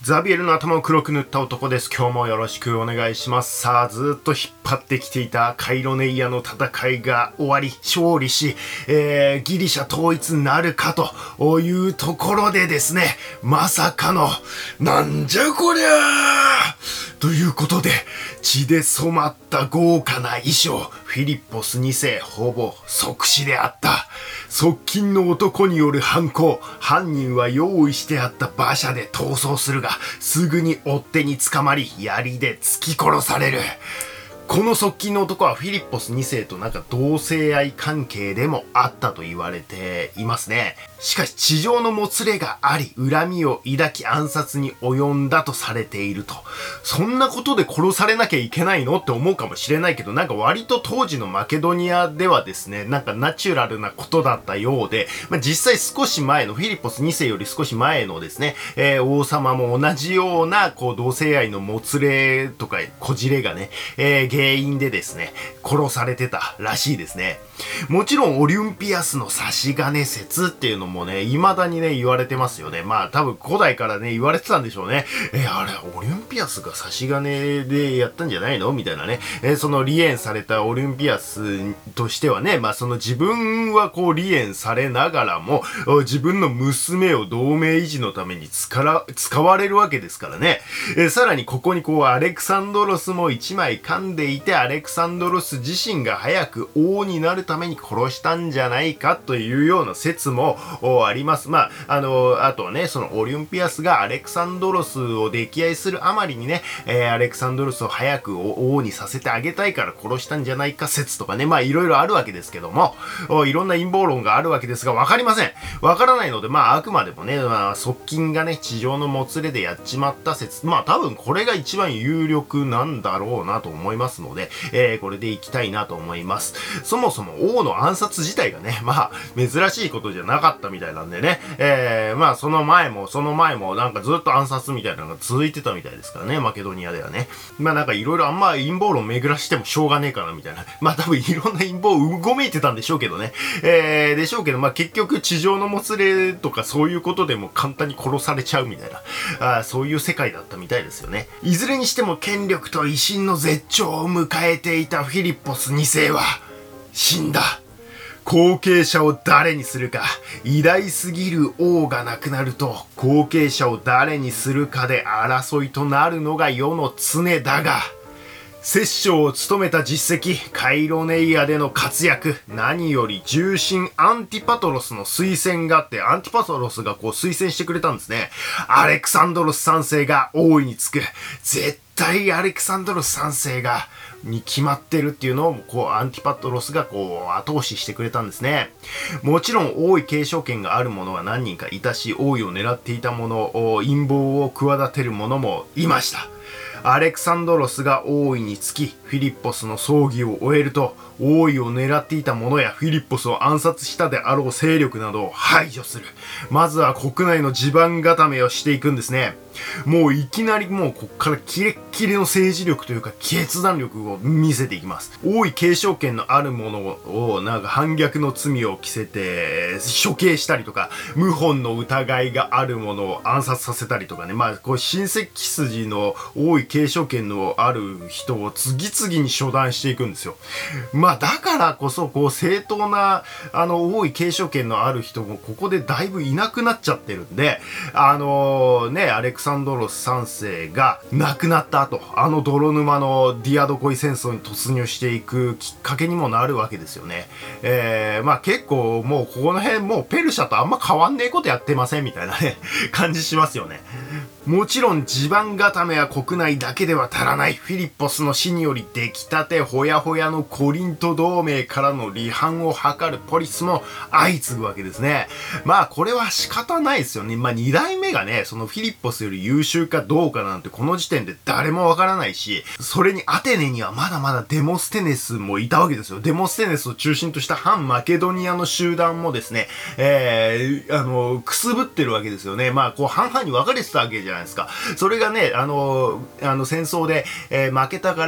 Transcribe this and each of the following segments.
ザビエルの頭を黒く塗った男です。今日もよろしくお願いします。さあ、ずっと引っ張ってきていたカイロネイアの戦いが終わり、勝利し、ギリシャ統一なるかというところでですね、まさかの、なんじゃこりゃーということで、血で染まった豪華な衣装、フィリッポス2世、ほぼ即死であった。側近の男による犯行、犯人は用意してあった馬車で逃走するが、すぐに追っ手に捕まり、槍で突き殺される。この側近の男はフィリッポス2世となんか同性愛関係でもあったと言われていますね。しかし地上のもつれがあり、恨みを抱き暗殺に及んだとされていると。そんなことで殺されなきゃいけないのって思うかもしれないけど、なんか割と当時のマケドニアではですね、なんかナチュラルなことだったようで、実際少し前のフィリッポス2世より少し前のですね、王様も同じような同性愛のもつれとかこじれがね、原因でですね、殺されてたらしいですね。もちろんオリンピアスの差し金説っていうのもね、未だにね、言われてますよね。多分古代からね、言われてたんでしょうね。あれ、オリンピアスが差し金でやったんじゃないのみたいなね。その離縁されたオリンピアスとしてはね、その自分は離縁されながらも、自分の娘を同盟維持のために使われるわけですからね。さらにここにアレクサンドロスも一枚噛んでいて、アレクサンドロス自身が早く王になるために殺したんじゃないかというような説もあります。あとはね、そのオリンピアスがアレクサンドロスを溺愛するあまりにね、アレクサンドロスを早く王にさせてあげたいから殺したんじゃないか説とかね、いろいろあるわけですけども、いろんな陰謀論があるわけですが、わかりません。わからないので、あくまでもね、側近がね、地上のもつれでやっちまった説、多分これが一番有力なんだろうなと思いますので、これでいきたいなと思います。そもそも王の暗殺自体がね、珍しいことじゃなかったみたいなんでね、その前もなんかずっと暗殺みたいなのが続いてたみたいですからね、マケドニアではね。なんかいろいろ陰謀論巡らしてもしょうがねえかなみたいな。多分いろんな陰謀うごめいてたんでしょうけどね。でしょうけど、結局地上のもつれとかそういうことでも簡単に殺されちゃうみたいな、そういう世界だったみたいですよね。いずれにしても権力と威信の絶頂を迎えていたフィリッポス2世は死んだ。後継者を誰にするか。偉大すぎる王が亡くなると、後継者を誰にするかで争いとなるのが世の常だが、摂政を務めた実績、カイロネイアでの活躍、何より重臣アンティパトロスの推薦があって、アンティパトロスが推薦してくれたんですね。アレクサンドロス3世が王位につく。絶対アレクサンドロス3世がに決まってるっていうのをアンティパトロスが後押ししてくれたんですね。もちろん王位継承権がある者が何人かいたし、王位を狙っていた者、陰謀を企てる者もいました。アレクサンドロスが王位につき、フィリッポスの葬儀を終えると、王位を狙っていた者やフィリッポスを暗殺したであろう勢力などを排除する。まずは国内の地盤固めをしていくんですね。もういきなりこっからキレッキレの政治力というか決断力を見せていきます。王位継承権のある者をなんか反逆の罪を着せて処刑したりとか、謀反の疑いがある者を暗殺させたりとかね、親戚筋の王位継承権のある人を次々に処断していくんですよ。だからこそ正当な王位継承権のある人もここでだいぶいなくなっちゃってるんで、アレクサンドロス3世が亡くなった後、泥沼のディアドコイ戦争に突入していくきっかけにもなるわけですよね。結構もうここの辺もうペルシャとあんま変わんねえことやってませんみたいなね感じしますよね。もちろん地盤固めは国内だけでは足らない。フィリッポスの死により出来たてほやほやのコリント同盟からの離反を図るポリスも相次ぐわけですね。これは仕方ないですよね。2代目がね、そのフィリッポスより優秀かどうかなんてこの時点で誰もわからないし、それにアテネにはまだまだデモステネスもいたわけですよ。デモステネスを中心とした反マケドニアの集団もですね、くすぶってるわけですよね。半々に分かれてたわけじゃないですか。それがね、戦争で、負けたから、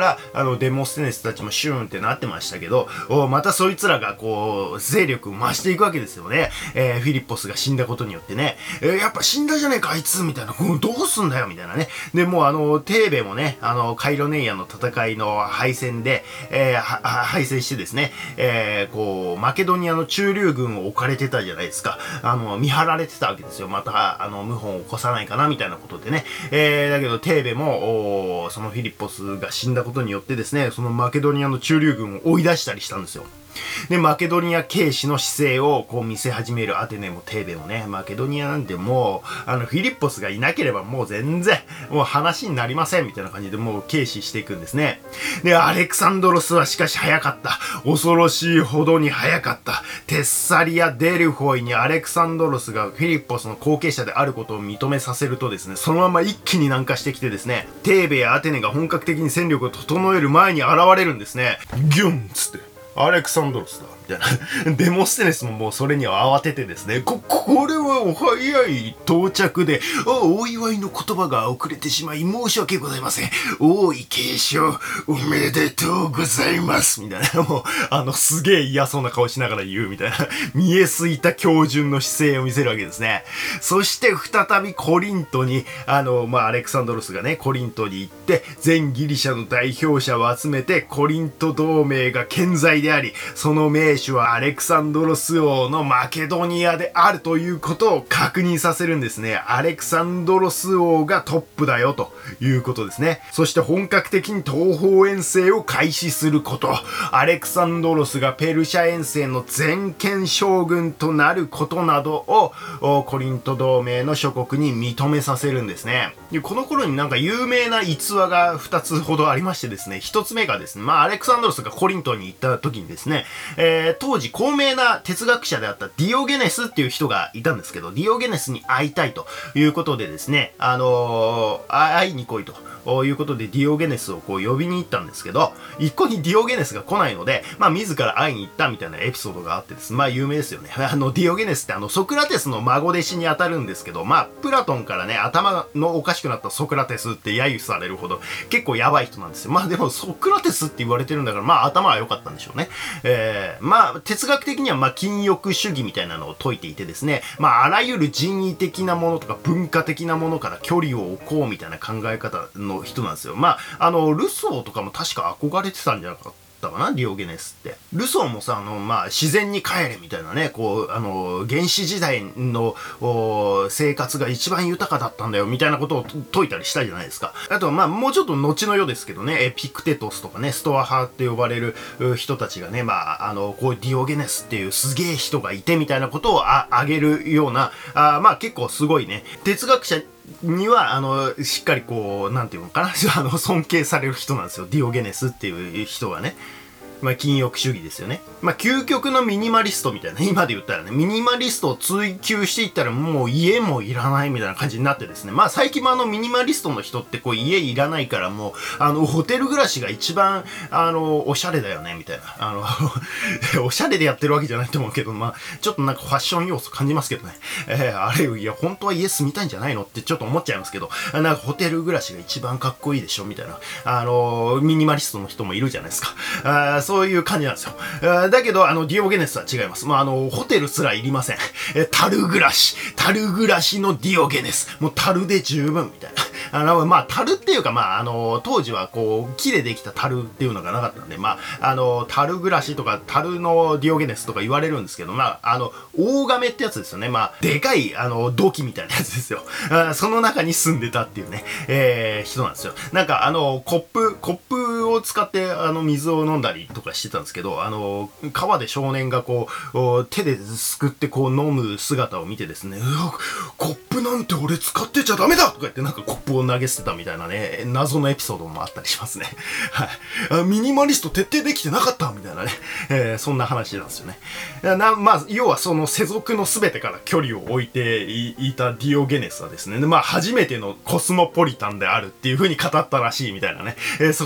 デモステネスたちもシューンってなってましたけど、またそいつらがこう、勢力増していくわけですよね。フィリッポスが死んだことによってね、やっぱ死んだじゃねえか、あいつみたいな、どうすんだよみたいなね。で、もうテーベもね、カイロネイアの戦いの敗戦で、敗戦してですね、こう、マケドニアの駐留軍を置かれてたじゃないですか。見張られてたわけですよ。また、謀反を起こさないかなみたいなことでね。だけど、テーベも、そのフィリッポスが死んだことによってですね、そのマケドニアの駐留軍を追い出したりしたんですよ。で、マケドニア軽視の姿勢をこう見せ始めるアテネもテーベもね、マケドニアなんてもう、フィリッポスがいなければもう全然、もう話になりませんみたいな感じでもう軽視していくんですね。で、アレクサンドロスはしかし早かった。恐ろしいほどに早かった。テッサリア・デルフォイにアレクサンドロスがフィリッポスの後継者であることを認めさせるとですね、そのまま一気に南下してきてですね、テーベやアテネが本格的に戦力を整える前に現れるんですね。ギュンっつって。アレクサンドロスだみたいな。デモステネスももうそれには慌ててですね、これはお早い到着で、お祝いの言葉が遅れてしまい申し訳ございません。王位継承おめでとうございますみたいな。もうすげえ嫌そうな顔しながら言うみたいな、見えすいた標準の姿勢を見せるわけですね。そして再びコリントにアレクサンドロスがねコリントに行って全ギリシャの代表者を集めてコリント同盟が健在であり、その名手はアレクサンドロス王のマケドニアであるということを確認させるんですね。アレクサンドロス王がトップだよということですね。そして本格的に東方遠征を開始すること、アレクサンドロスがペルシャ遠征の全権将軍となることなどをコリント同盟の諸国に認めさせるんですね。でこの頃になんか有名な逸話が2つほどありましてですね、1つ目がですね、アレクサンドロスがコリントに行った時にですね、当時高名な哲学者であったディオゲネスっていう人がいたんですけど、ディオゲネスに会いたいということでですね、会いに来いということでディオゲネスをこう呼びに行ったんですけど、一向にディオゲネスが来ないので、自ら会いに行ったみたいなエピソードがあってですね、有名ですよね。ディオゲネスってソクラテスの孫弟子に当たるんですけど、プラトンからね、頭のおかしくなったソクラテスって揶揄されるほど結構やばい人なんですよ。でもソクラテスって言われてるんだから頭は良かったんでしょうね。哲学的には禁欲主義みたいなのを説いていてですね、あらゆる人為的なものとか文化的なものから距離を置こうみたいな考え方の人なんですよ。ルソーとかも確か憧れてたんじゃなかったかな、ディオゲネスって。ルソーもさ、自然に帰れみたいなね、原始時代の生活が一番豊かだったんだよみたいなことを説いたりしたじゃないですか。あとはもうちょっと後の世ですけどね、エピクテトスとかね、ストア派って呼ばれる人たちがね、ディオゲネスっていうすげえ人がいてみたいなことを挙げるような、結構すごいね、哲学者にはしっかりなんていうのかな尊敬される人なんですよ、ディオゲネスっていう人がね。禁欲主義ですよね。究極のミニマリストみたいな、今で言ったらね、ミニマリストを追求していったらもう家もいらないみたいな感じになってですね、最近もミニマリストの人って家いらないからもうホテル暮らしが一番おしゃれだよねみたいな、おしゃれでやってるわけじゃないと思うけど、ちょっとなんかファッション要素感じますけどね、あれいや本当は家住みたいんじゃないのってちょっと思っちゃいますけど、なんかホテル暮らしが一番かっこいいでしょみたいなミニマリストの人もいるじゃないですか。そういう感じなんですよ。だけど、ディオゲネスは違います。ホテルすらいりません。樽暮らしのディオゲネス。もう樽で十分みたいな。樽っていうか、当時は木でできた樽っていうのがなかったんで、樽暮らしとか、樽のディオゲネスとか言われるんですけど、大亀ってやつですよね。でかい、土器みたいなやつですよ。その中に住んでたっていうね、人なんですよ。なんか、コップを使って、水を飲んだりとかしてたんですけど、川で少年が手ですくって飲む姿を見てですね、コップなんて俺使ってちゃダメだとか言ってなんかコップを投げ捨てたみたいなね、謎のエピソードもあったりしますね。はい。ミニマリスト徹底できてなかったみたいなね、そんな話なんですよね。要はその世俗の全てから距離を置いていたディオゲネスはですね、初めてのコスモポリタンであるっていう風に語ったらしいみたいなね、そこがすごい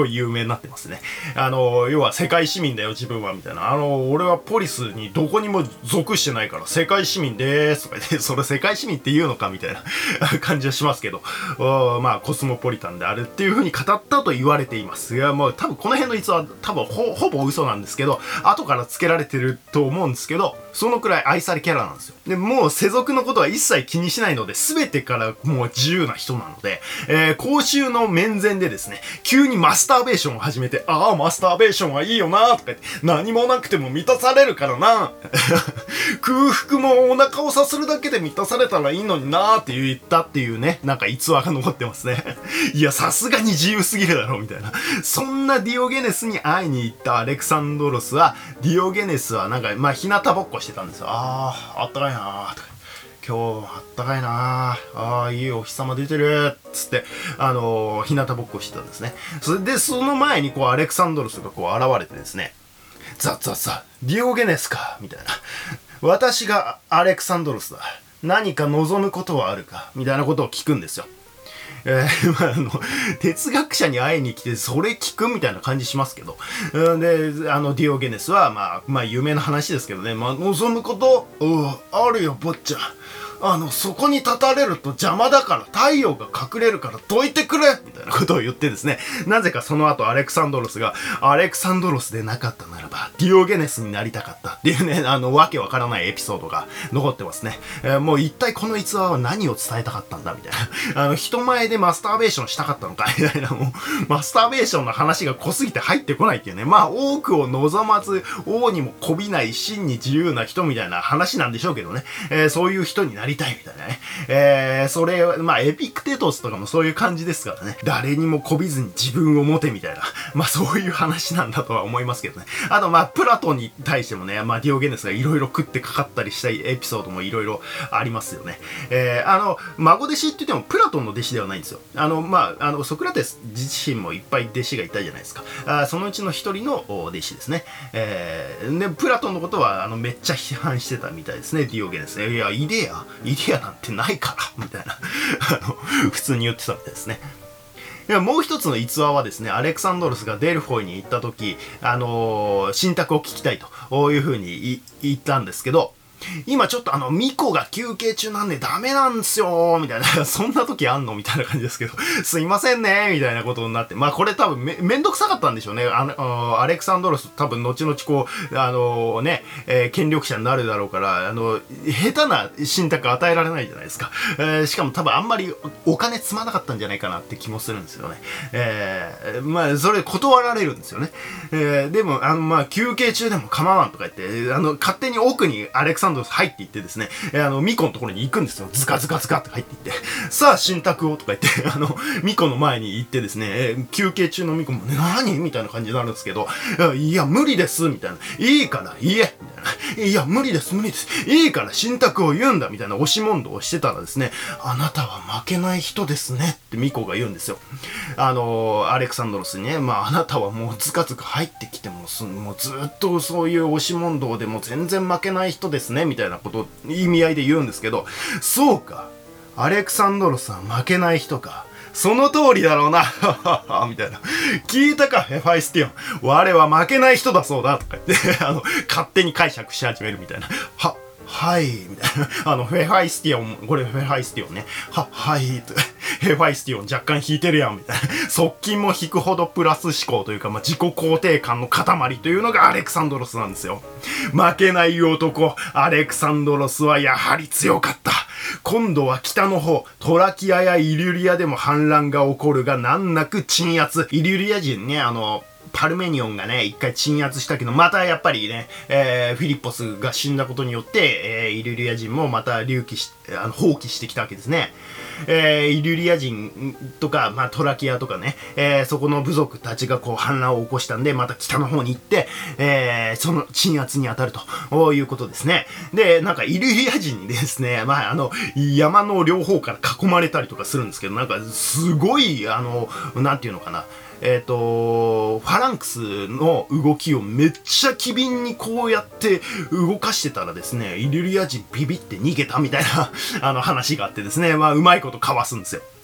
い有名になってますね。要は世界市民だよ自分はみたいな。俺はポリスにどこにも属してないから世界市民でーすとか言って、それ世界市民って言うのかみたいな感じはしますけど、まあコスモポリタンであるっていう風に語ったと言われています。いや、もう多分この辺の逸話は多分ほぼ嘘なんですけど、後から付けられてると思うんですけど、そのくらい愛されキャラなんですよ。で、もう世俗のことは一切気にしないので、全てからもう自由な人なので、公衆の面前でですね、急にマスターベーションを始めて、ああ、マスターベーションはいいよなーとか言って、何もなくても満たされるからな空腹もお腹をさするだけで満たされたらいいのになーって言ったっていうね、なんか逸話が残ってますね。いや、さすがに自由すぎるだろ、みたいな。そんなディオゲネスに会いに行ったアレクサンドロスは、ディオゲネスはなんか、まあ、日向ぼっこしてたんですよ。あったかいなーとか。今日あったかいなあ、いいお日様出てるっつって、日向ぼっこしてたんですね。それで、その前にこう、アレクサンドロスがこう現れてですね、ザ・ディオゲネスかみたいな。私がアレクサンドロスだ。何か望むことはあるかみたいなことを聞くんですよ。まあ、哲学者に会いに来てそれ聞くみたいな感じしますけど、で、ディオゲネスはまあ有名な話ですけどね、まあ、望むこと、あるよ坊ちゃん。そこに立たれると邪魔だから太陽が隠れるからどいてくれみたいなことを言ってですね、なぜかその後アレクサンドロスがアレクサンドロスでなかったならばディオゲネスになりたかったっていうね、わけわからないエピソードが残ってますね。もう一体この逸話は何を伝えたかったんだみたいな。人前でマスターベーションしたかったのかみたいな、もうマスターベーションの話が濃すぎて入ってこないっていうね、まあ多くを望まず王にも媚びない真に自由な人みたいな話なんでしょうけどね、そういう人になりたいみたいなね。それ、まあエピクテトスとかもそういう感じですからね。誰にも媚びずに自分を持てみたいな。まあそういう話なんだとは思いますけどね。あとまあプラトンに対してもね、まあディオゲネスがいろいろ食ってかかったりしたエピソードもいろいろありますよね。孫弟子って言ってもプラトンの弟子ではないんですよ。ソクラテス自身もいっぱい弟子がいたじゃないですか。そのうちの一人の弟子ですね。で、プラトンのことはめっちゃ批判してたみたいですね、ディオゲネス。いや、イデアなんてないからみたいな普通に言ってたみたいですね。もう一つの逸話はですね、アレクサンドロスがデルフォイに行った時、神託を聞きたいというふうに言ったんですけど、今ちょっとミコが休憩中なんでダメなんですよみたいな、そんな時あんのみたいな感じですけど、すいませんねみたいなことになって、まあこれ多分めんどくさかったんでしょうね。アレクサンドロス多分後々こう、権力者になるだろうから、下手な信託与えられないじゃないですか。しかも多分あんまりお金積まなかったんじゃないかなって気もするんですよね。まあそれ断られるんですよね。でもまあ休憩中でも構わんとか言って、勝手に奥にアレクサンドロス入っていってですね、ミコのところに行くんですよ。ズカズカズカって入っていって、さあ信託をとか言ってミコの前に行ってですね、休憩中のミコも、何みたいな感じになるんですけど、いや無理ですみたいな、いいから言えみたいな、いや無理ですいいから信託を言うんだみたいな押し問答をしてたらですね、あなたは負けない人ですねってミコが言うんですよ。アレクサンドロスにね、まああなたはもうズカズカ入ってきてもうずっとそういう押し問答でも全然負けない人ですねみたいなことを意味合いで言うんですけど、そうか、アレクサンドロスは負けない人か、その通りだろうなみたいな、聞いたかヘファイスティオン、我は負けない人だそうだとか言って勝手に解釈し始めるみたいな、はいみたいな、フェファイスティオン、これフェファイスティオンね、はいとヘファイスティオン若干引いてるやんみたいな、側近も引くほどプラス思考というか、まあ、自己肯定感の塊というのがアレクサンドロスなんですよ。負けない男アレクサンドロスはやはり強かった。今度は北の方トラキアやイリュリアでも反乱が起こるが難なく鎮圧。イリュリア人ね、パルメニオンがね、一回鎮圧したけど、またやっぱりね、フィリッポスが死んだことによって、イリュリア人もまた放棄してきたわけですね。イリュリア人とか、まあ、トラキアとかね、そこの部族たちがこう反乱を起こしたんで、また北の方に行って、その鎮圧に当たるということですね。で、なんかイリュリア人にですね、まあ、山の両方から囲まれたりとかするんですけど、なんかすごい、なんていうのかな、ファランクスの動きをめっちゃ機敏にこうやって動かしてたらですね、イリュリア人ビビって逃げたみたいな話があってですね、まあうまいことかわすんですよ。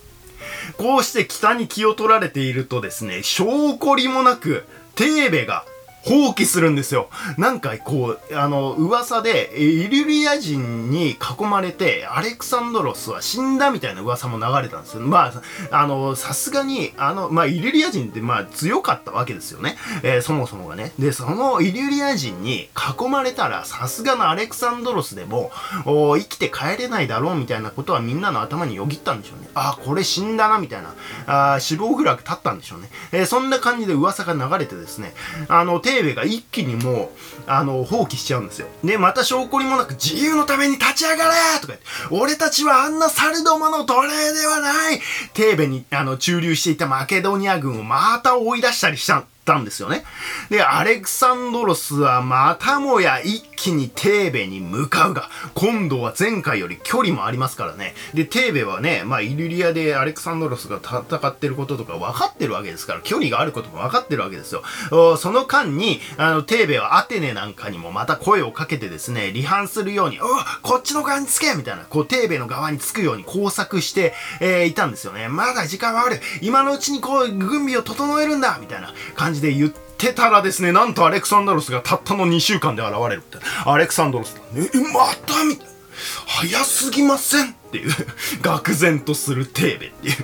こうして北に気を取られているとですね、証拠りもなくテーベが放棄するんですよ。なんかこう、噂で、イリュリア人に囲まれて、アレクサンドロスは死んだみたいな噂も流れたんですよ。まあ、さすがに、イリュリア人って、強かったわけですよね。そもそもがね。で、そのイリュリア人に囲まれたら、さすがのアレクサンドロスでも、生きて帰れないだろうみたいなことはみんなの頭によぎったんでしょうね。あ、これ死んだな、みたいな。死亡フラグ立ったんでしょうね。そんな感じで噂が流れてですね、テーベが一気にもう、放棄しちゃうんですよ。で、また証拠にもなく、自由のために立ち上がれとか言って、俺たちはあんな猿どもの奴隷ではない。テーベに、駐留していたマケドニア軍をまた追い出したりしたんですよね。で、アレクサンドロスはまたもや一気にテーベに向かうが、今度は前回より距離もありますからね。で、テーベはね、イリュリアでアレクサンドロスが戦ってることとか分かってるわけですから、距離があることも分かってるわけですよ。その間に、テーベはアテネなんかにもまた声をかけてですね、離反するように、こっちの側につけみたいな、こう、テーベの側につくように工作して、いたんですよね。まだ時間はある。今のうちにこう、軍備を整えるんだみたいな感じで言ってたらですね、なんとアレクサンドロスがたったの2週間で現れるって。アレクサンドロスだね。またみたいな。早すぎませんっていう。愕然とするテーベっていう。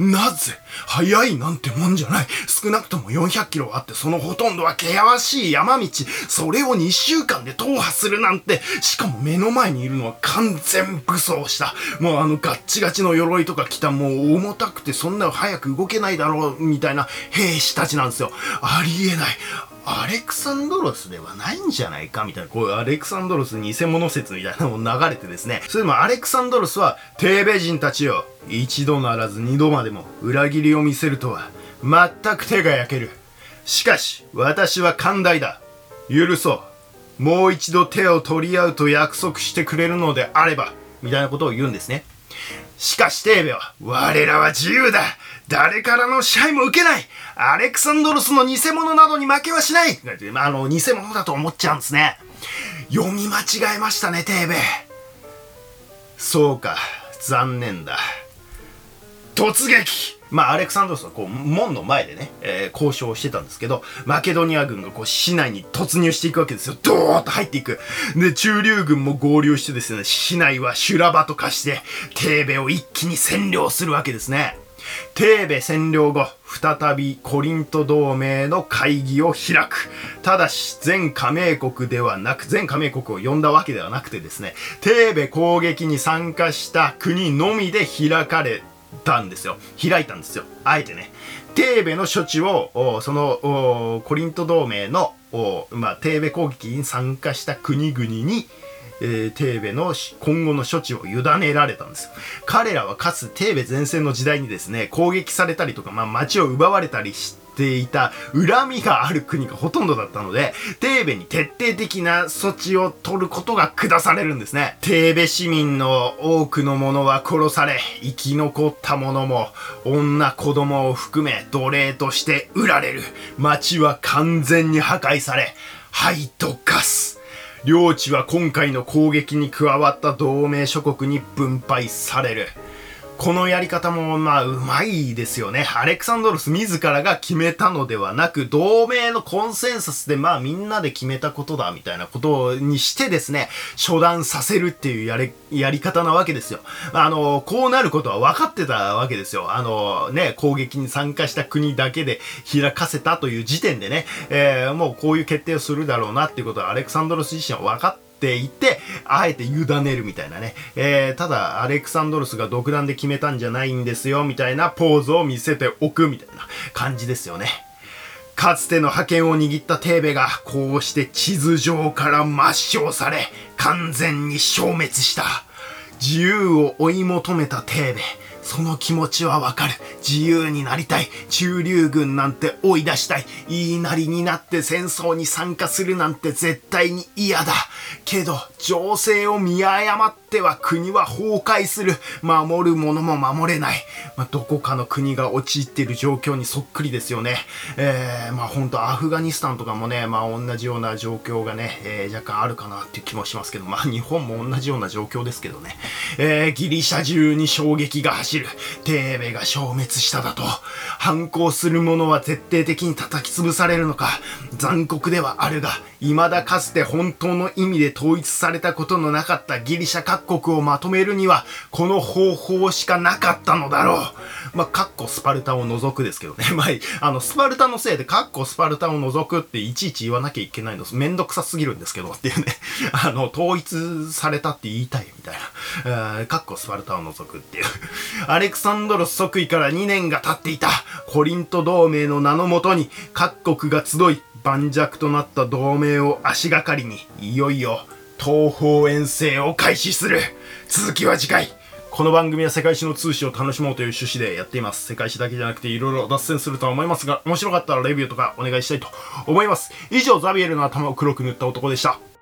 なぜ早いなんてもんじゃない。少なくとも400キロあって、そのほとんどは険しい山道。それを2週間で踏破するなんて。しかも目の前にいるのは完全武装した。もうガッチガチの鎧とか着た、もう重たくてそんな早く動けないだろうみたいな兵士たちなんですよ。ありえない。アレクサンドロスではないんじゃないかみたいな、こういうアレクサンドロス偽物説みたいなのも流れてですね、それでもアレクサンドロスは、テーベ人たちよ、一度ならず二度までも裏切りを見せるとは、全く手が焼ける。しかし、私は寛大だ。許そう。もう一度手を取り合うと約束してくれるのであれば、みたいなことを言うんですね。しかしテーベは、我らは自由だ。誰からの支配も受けない。アレクサンドロスの偽物などに負けはしない。偽物だと思っちゃうんですね。読み間違えましたね、テーベ。そうか、残念だ。突撃。アレクサンドロスはこう門の前でね、交渉をしてたんですけど、マケドニア軍がこう市内に突入していくわけですよ。ドーッと入っていく。で、中流軍も合流してですね、市内は修羅場と化して、テーベを一気に占領するわけですね。テーベ占領後、再びコリント同盟の会議を開く。ただし、全加盟国を呼んだわけではなくてですね、テーベ攻撃に参加した国のみで開いたんですよ。あえてね。テーベの処置を、その、コリント同盟の、テーベ攻撃に参加した国々に、テーベの今後の処置を委ねられたんですよ。彼らはかつてテーベ前線の時代にですね、攻撃されたりとか、町を奪われたりしていた恨みがある国がほとんどだったので、テーベに徹底的な措置を取ることが下されるんですね。テーベ市民の多くの者は殺され、生き残った者も女子供を含め奴隷として売られる。町は完全に破壊され、灰とガス。領地は今回の攻撃に加わった同盟諸国に分配される。このやり方もうまいですよね。アレクサンドロス自らが決めたのではなく、同盟のコンセンサスでみんなで決めたことだみたいなことにしてですね、初段させるっていうやり方なわけですよ。こうなることは分かってたわけですよ。攻撃に参加した国だけで開かせたという時点でね、もうこういう決定をするだろうなっていうことはアレクサンドロス自身は分かっていて、あえて委ねるみたいなね。ただ、アレクサンドロスが独断で決めたんじゃないんですよ、みたいなポーズを見せておくみたいな感じですよね。かつての覇権を握ったテーベが、こうして地図上から抹消され、完全に消滅した。自由を追い求めたテーベ。その気持ちはわかる。自由になりたい。中流軍なんて追い出したい。言いなりになって戦争に参加するなんて絶対に嫌だ。けど、情勢を見誤っっては国は崩壊する。守る者も守れない。どこかの国が陥っている状況にそっくりですよね。本当アフガニスタンとかもね、同じような状況がね、若干あるかなっていう気もしますけど、日本も同じような状況ですけどね。ギリシャ中に衝撃が走る。テーベが消滅しただと。反抗する者は徹底的に叩き潰されるのか。残酷ではあるが、未だかつて本当の意味で統一されたことのなかったギリシャ各国をまとめるには、この方法しかなかったのだろう。かっこスパルタを除くですけどね。スパルタのせいで、かっこスパルタを除くっていちいち言わなきゃいけないの、めんどくさすぎるんですけど、っていうね。統一されたって言いたいみたいな。かっこスパルタを除くっていう。アレクサンドロス即位から2年が経っていた。コリント同盟の名のもとに、各国が集い、盤石となった同盟を足がかりに、いよいよ東方遠征を開始する。続きは次回。この番組は世界史の通史を楽しもうという趣旨でやっています。世界史だけじゃなくていろいろ脱線するとは思いますが、面白かったらレビューとかお願いしたいと思います。以上、ザビエルの頭を黒く塗った男でした。